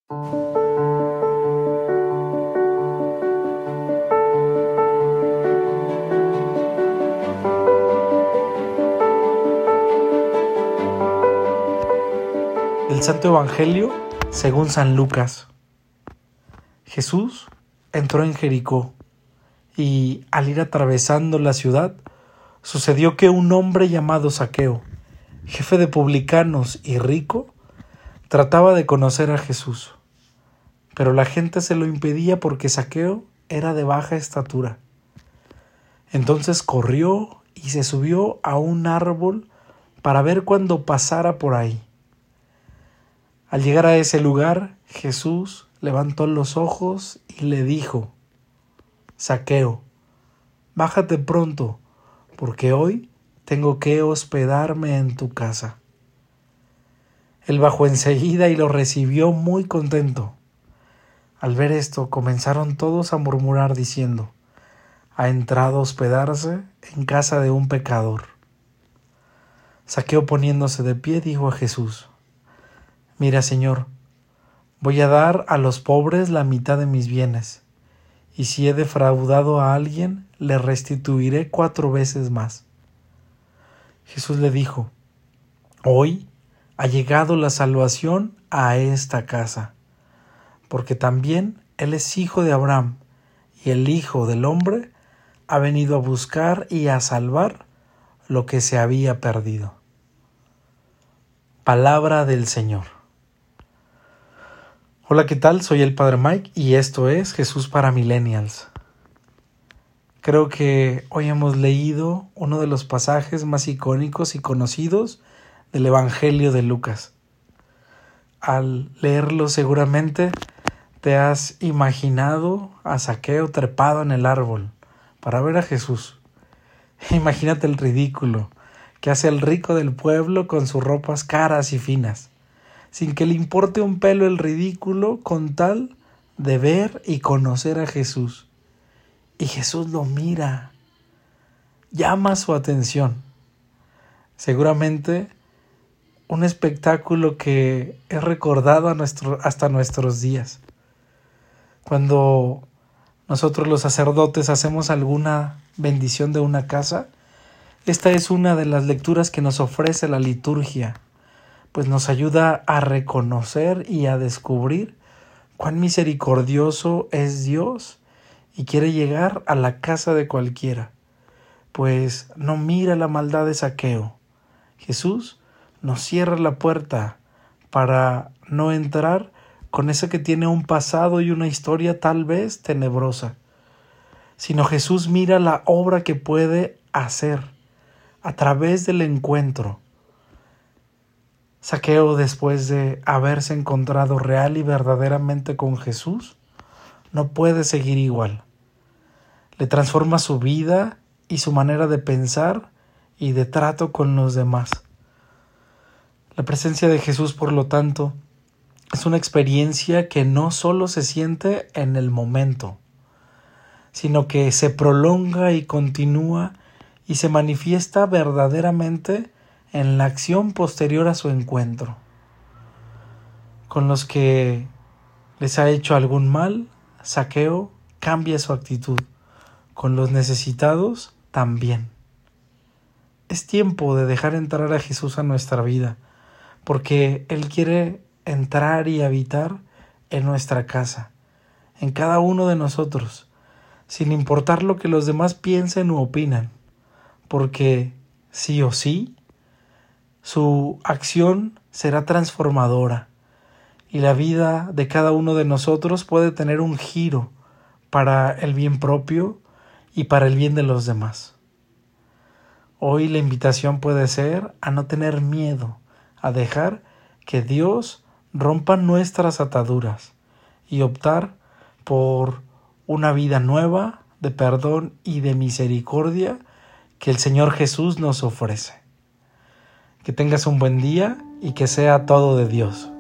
El Santo Evangelio según San Lucas. Jesús entró en Jericó y, al ir atravesando la ciudad, sucedió que un hombre llamado Zaqueo, jefe de publicanos y rico, trataba de conocer a Jesús. Pero la gente se lo impedía porque Zaqueo era de baja estatura. Entonces corrió y se subió a un árbol para ver cuando pasara por ahí. Al llegar a ese lugar, Jesús levantó los ojos y le dijo: Zaqueo, bájate pronto, porque hoy tengo que hospedarme en tu casa. Él bajó enseguida y lo recibió muy contento. Al ver esto, comenzaron todos a murmurar diciendo: ha entrado a hospedarse en casa de un pecador. Zaqueo, poniéndose de pie, dijo a Jesús: Mira, Señor, voy a dar a los pobres la mitad de mis bienes, y si he defraudado a alguien, le restituiré 4 veces más. Jesús le dijo: hoy ha llegado la salvación a esta casa, porque también él es hijo de Abraham, y el Hijo del Hombre ha venido a buscar y a salvar lo que se había perdido. Palabra del Señor. Hola, ¿qué tal? Soy el Padre Mike y esto es Jesús para Millennials. Creo que hoy hemos leído uno de los pasajes más icónicos y conocidos del Evangelio de Lucas. Al leerlo seguramente te has imaginado a Zaqueo trepado en el árbol para ver a Jesús. Imagínate el ridículo que hace el rico del pueblo con sus ropas caras y finas, sin que le importe un pelo el ridículo, con tal de ver y conocer a Jesús. Y Jesús lo mira, llama su atención. Seguramente un espectáculo que es recordado hasta nuestros días. Cuando nosotros los sacerdotes hacemos alguna bendición de una casa, esta es una de las lecturas que nos ofrece la liturgia, pues nos ayuda a reconocer y a descubrir cuán misericordioso es Dios y quiere llegar a la casa de cualquiera, pues no mira la maldad de Zaqueo. Jesús nos cierra la puerta para no entrar con ese que tiene un pasado y una historia tal vez tenebrosa, sino Jesús mira la obra que puede hacer a través del encuentro. Zaqueo, después de haberse encontrado real y verdaderamente con Jesús, no puede seguir igual. Le transforma su vida y su manera de pensar y de trato con los demás. La presencia de Jesús, por lo tanto, es una experiencia que no solo se siente en el momento, sino que se prolonga y continúa y se manifiesta verdaderamente en la acción posterior a su encuentro. Con los que les ha hecho algún mal, Zaqueo cambia su actitud. Con los necesitados también. Es tiempo de dejar entrar a Jesús a nuestra vida, porque Él quiere entrar y habitar en nuestra casa, en cada uno de nosotros, sin importar lo que los demás piensen u opinan, porque sí o sí, su acción será transformadora y la vida de cada uno de nosotros puede tener un giro para el bien propio y para el bien de los demás. Hoy la invitación puede ser a no tener miedo, a dejar que Dios rompa nuestras ataduras y optar por una vida nueva de perdón y de misericordia que el Señor Jesús nos ofrece. Que tengas un buen día y que sea todo de Dios.